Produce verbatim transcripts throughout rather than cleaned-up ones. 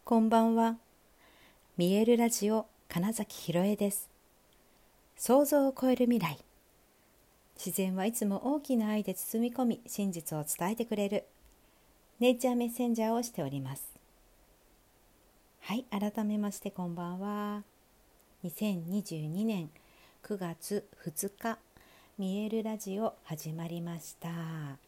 こんばんは。見えるラジオ金崎ひろえです。想像を超える未来。自然はいつも大きな愛で包み込み、真実を伝えてくれるネイチャーメッセンジャーをしております。はい、改めましてこんばんは。にせんにじゅうにねんくがつふつか、見えるラジオ始まりました。はい、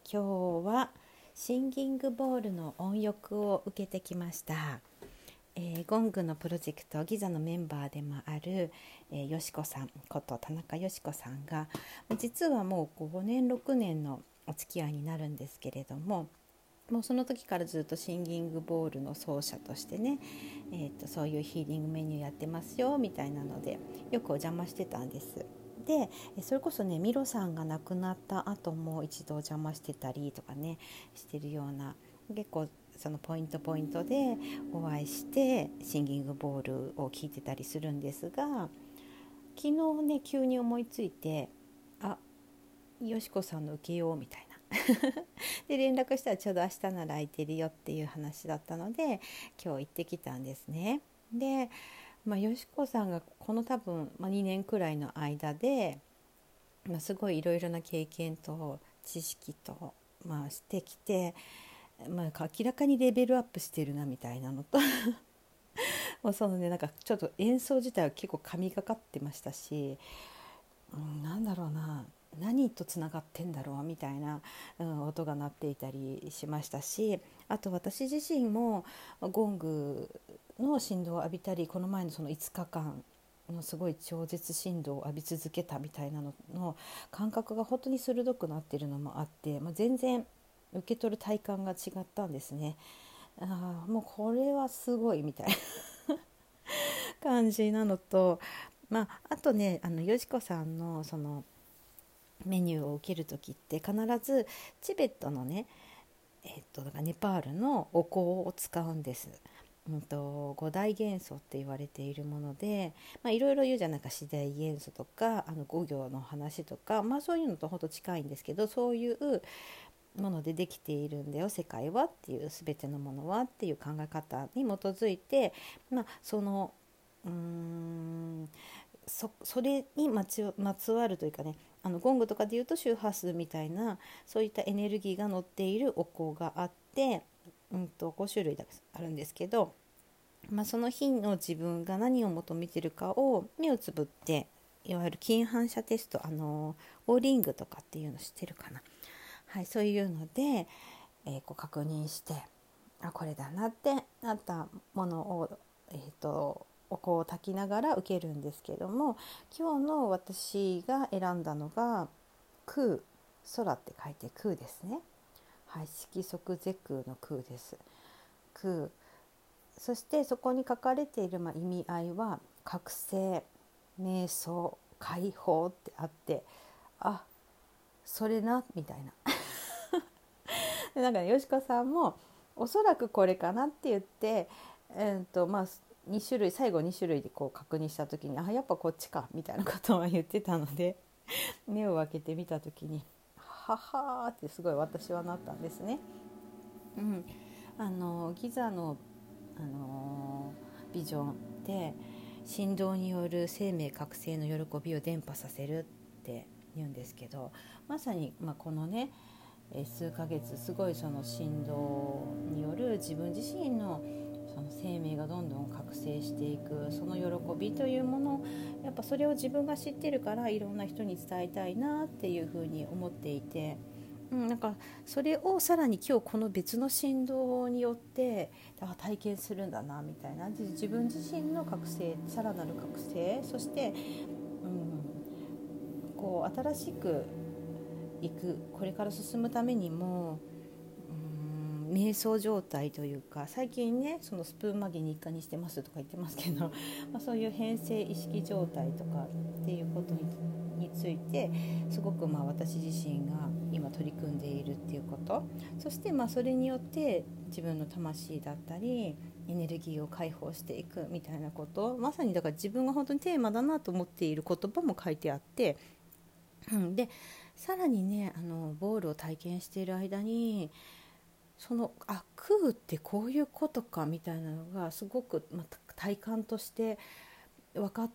今日はシンギングボールの音浴を受けてきました。えー、ゴングのプロジェクトギザのメンバーでもある、えー、よしこさんこと田中よしこさんが、実はもうごねんろくねんのお付き合いになるんですけれども、もうその時からずっとシンギングボールの奏者としてね、えー、とそういうヒーリングメニューやってますよみたいなのでよくお邪魔してたんです。でそれこそね、ミロさんが亡くなった後も一度お邪魔してたりとかねしてるような、結構そのポイントポイントでお会いしてシンギングボールを聴いてたりするんですが、昨日ね急に思いついて、あ、よしこさんの受けようみたいなで連絡したらちょうど明日なら空いてるよっていう話だったので今日行ってきたんですね。でまあ、よしこさんがこの多分、まあ、にねんくらいの間で、まあ、すごいいろいろな経験と知識と、まあ、してきて、まあ、明らかにレベルアップしてるなみたいなのともうそのね、なんかちょっと演奏自体は結構神がかってましたし、うん、なんだろうな、何とつながってんだろうみたいな、うん、音が鳴っていたりしましたし、あと私自身もゴングの振動を浴びたり、この前のそのいつかかんのすごい超絶振動を浴び続けたみたいなのの感覚が本当に鋭くなっているのもあって、まあ、全然受け取る体感が違ったんですね。あもうこれはすごいみたいな感じなのと、まあ、あとね、あのよしこさんのそのメニューを受ける時って必ずチベットのね、えっと、だからネパールのお香を使うんです。うんと、五大元素って言われているもので、まあ、いろいろ言うじゃないか、四大元素とかあの五行の話とか、まあ、そういうのとほんと近いんですけど、そういうものでできているんだよ世界はっていう、全てのものはっていう考え方に基づいて、まあ、そのうーんそ, それにまつまつわるというかね、あのゴングとかでいうと周波数みたいなそういったエネルギーが乗っているお香があって、うんとご種類あるんですけど、まあ、その日の自分が何を求めているかを目をつぶって、いわゆる近反射テスト、あのオーリングとかっていうの知ってるかな、はい、そういうので、えー、こう確認して、あこれだなってなったものを、えー、とお香を焚きながら受けるんですけども、今日の私が選んだのが空、空って書いて空ですね。はい、色即是空の空です。空、そしてそこに書かれている、まあ、意味合いは覚醒、瞑想、解放ってあって、あそれなみたいなでなんか、ね、よしこさんもおそらくこれかなって言って、えーとまあ、に種類最後に種類でこう確認した時に、あやっぱこっちかみたいなことは言ってたので目を開けてみた時にははーってすごい私はなったんですね。うん、あのギザの、あのビジョンで振動による生命覚醒の喜びを伝播させるって言うんですけど、まさに、まあ、このね数ヶ月すごいその振動による自分自身のその生命がどんどん覚醒していく、その喜びというもの、やっぱそれを自分が知ってるからいろんな人に伝えたいなっていうふうに思っていて、うん、なんかそれをさらに今日この別の振動によって体験するんだなみたいな、自分自身の覚醒、さらなる覚醒、そして、うん、こう新しくいく、これから進むためにも、うーん瞑想状態というか、最近ねそのスプーン曲げ日課にしてますとか言ってますけどまあそういう変性意識状態とかっていうことにについてすごくまあ私自身が今取り組んでいるっていうこと、そしてまあそれによって自分の魂だったりエネルギーを解放していくみたいなこと、まさにだから自分が本当にテーマだなと思っている言葉も書いてあって、うん、でさらにね、あのボールを体験している間にそのあ食うってこういうことかみたいなのがすごく、まあ、体感として分かった、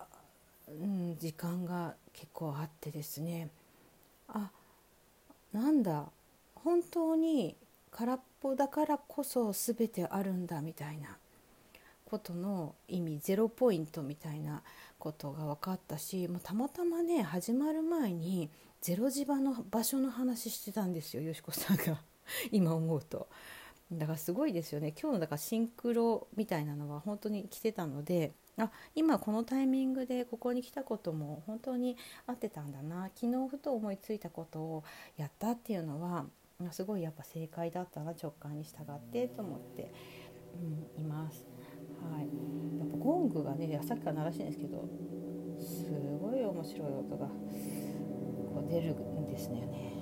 うん、時間が結構あってですね、あ、なんだ、本当に空っぽだからこそ全てあるんだみたいなことの意味、ゼロポイントみたいなことが分かったし、もうたまたまね始まる前にゼロ磁場の場所の話してたんですよ、よしこさんが今思うと。だからすごいですよね。今日のだからシンクロみたいなのは本当に来てたので、あ、今このタイミングでここに来たことも本当に合ってたんだな、昨日ふと思いついたことをやったっていうのはすごいやっぱ正解だったな、直感に従ってと思って、うん、います。はい、やっぱゴングがねさっきから鳴らしてるんですけど、すごい面白い音がこう出るんですよね。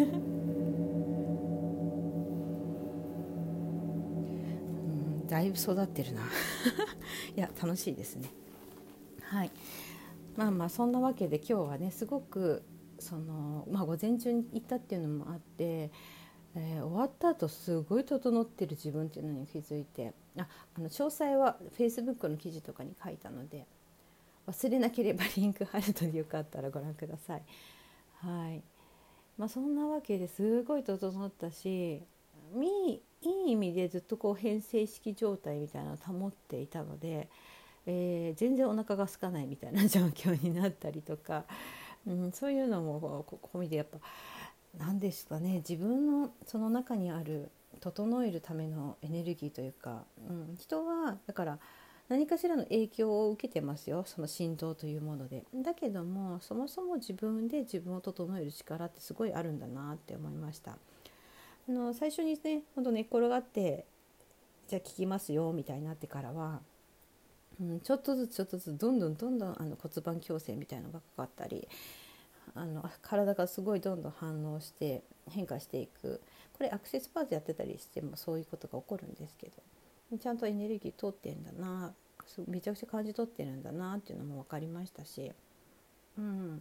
うん、だいぶ育ってるな。いや楽しいですね。はい、まあまあそんなわけで今日はねすごくその、まあ、午前中に行ったっていうのもあって、えー終わった後すごい整ってる自分っていうのに気づいて、あ、あの詳細は Facebook の記事とかに書いたので、忘れなければリンク貼るのでよかったらご覧ください。はい、まあ、そんなわけですごい整ったし、いい意味でずっとこう変性式状態みたいなのを保っていたので、えー全然お腹が空かないみたいな状況になったりとか、うん、そういうのもここ込みでやっぱ何ですかね、自分のその中にある整えるためのエネルギーというか、うん、人はだから何かしらの影響を受けてますよ、その振動というもので。だけどもそもそも自分で自分を整える力ってすごいあるんだなって思いました。あの最初にねほんと寝っ転がってじゃあ聞きますよみたいになってからは、うん、ちょっとずつちょっとずつどんどんどんどんあの骨盤矯正みたいなのがかかったり、あの体がすごいどんどん反応して変化していく。これアクセスパーズやってたりしてもそういうことが起こるんですけど、ちゃんとエネルギー通ってんだな、めちゃくちゃ感じ取ってるんだなっていうのも分かりましたし、うん、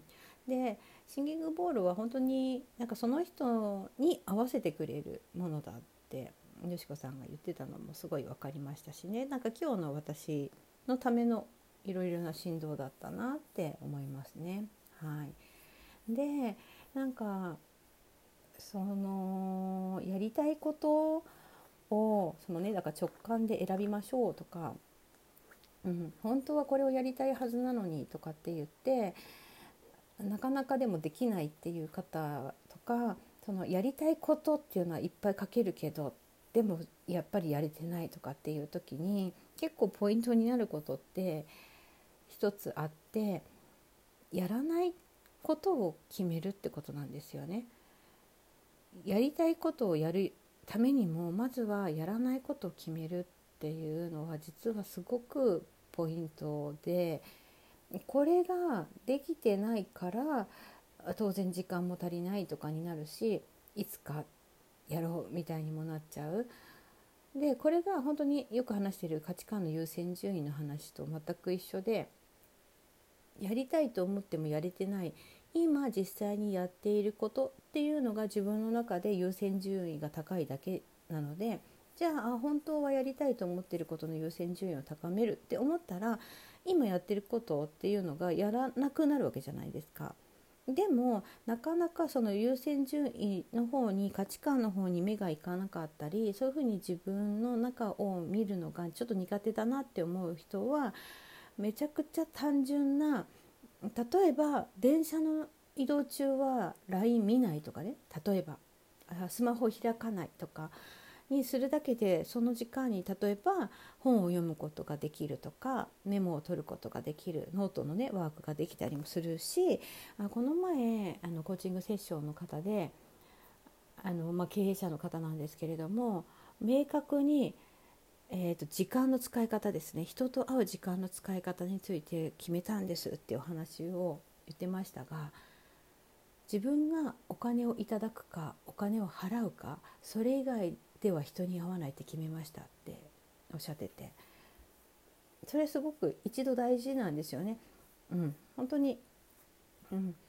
でシンギングボールは本当になんかその人に合わせてくれるものだってよしこさんが言ってたのもすごい分かりましたしね、なんか今日の私のためのいろいろな振動だったなって思いますね。はい、でなんかそのやりたいことをそのねだから直感で選びましょうとか、うん、本当はこれをやりたいはずなのにとかって言ってなかなかでもできないっていう方とか、そのやりたいことっていうのはいっぱい書けるけどでもやっぱりやれてないとかっていう時に結構ポイントになることって一つあって、やらないことを決めるってことなんですよね。やりたいことをやるためにもまずはやらないことを決めるっていうのは実はすごくポイントで、これができてないから当然時間も足りないとかになるし、いつかやろうみたいにもなっちゃう。でこれが本当によく話している価値観の優先順位の話と全く一緒で、やりたいと思ってもやれてない、今実際にやっていることっていうのが自分の中で優先順位が高いだけなので、じゃあ本当はやりたいと思っていることの優先順位を高めるって思ったら、今やってることっていうのがやらなくなるわけじゃないですか。でもなかなかその優先順位の方に、価値観の方に目がいかなかったり、そういうふうに自分の中を見るのがちょっと苦手だなって思う人は、めちゃくちゃ単純な、例えば電車の移動中は ライン 見ないとかね、例えばスマホ開かないとかにするだけで、その時間に例えば本を読むことができるとか、メモを取ることができる、ノートのねワークができたりもするし、あこの前あのコーチングセッションの方であの、まあ、経営者の方なんですけれども、明確にえー、と時間の使い方ですね、人と会う時間の使い方について決めたんですっていうお話を言ってましたが、自分がお金をいただくかお金を払うか、それ以外では人に会わないって決めましたっておっしゃってて、それすごく一度大事なんですよね。うん、本当に、うん、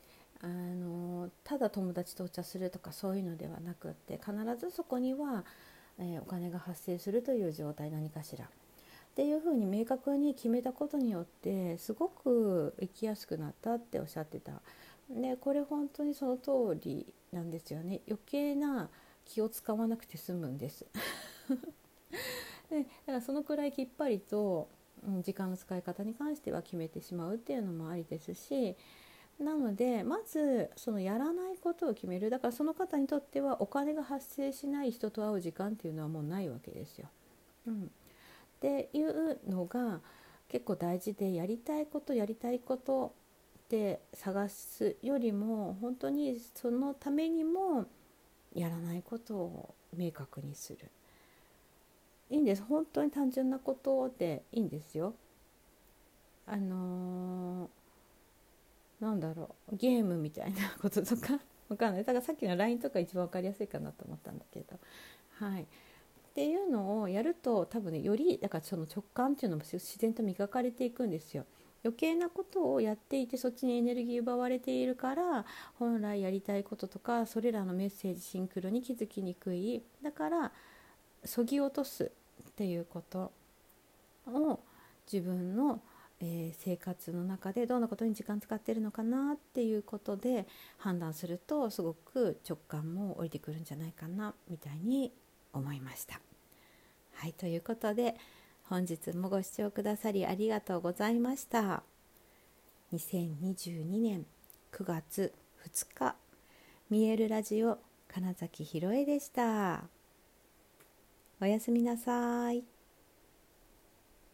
あのただ友達とお茶するとかそういうのではなくって、必ずそこには、えーお金が発生するという状態、何かしらっていうふうに明確に決めたことによってすごく生きやすくなったっておっしゃってた。でこれ本当にその通りなんですよね。余計な気を使わなくて済むんですでだからそのくらいきっぱりと、うん、時間の使い方に関しては決めてしまうっていうのもありですし、なのでまずそのやらないことを決める。だからその方にとってはお金が発生しない人と会う時間っていうのはもうないわけですよ、うん、っていうのが結構大事で、やりたいことやりたいことで探すよりも、本当にそのためにもやらないことを明確にする。いいんです。本当に単純なことでいいんですよ。あのー、なんだろう、ゲームみたいなこととかわかんない。だからさっきの ライン とか一番わかりやすいかなと思ったんだけど、はい。っていうのをやると多分ね、よりだからその直感っていうのも自然と磨かれていくんですよ。余計なことをやっていてそっちにエネルギー奪われているから、本来やりたいこととかそれらのメッセージシンクロに気づきにくい。だからそぎ落とすっていうことを自分の、えー生活の中でどんなことに時間使ってるのかなっていうことで判断すると、すごく直感も降りてくるんじゃないかなみたいに思いました。はい、ということで本日もご視聴くださりありがとうございました。にせんにじゅうにねんくがつふつか、見えるラジオ金崎ひろえでした。おやすみなさい。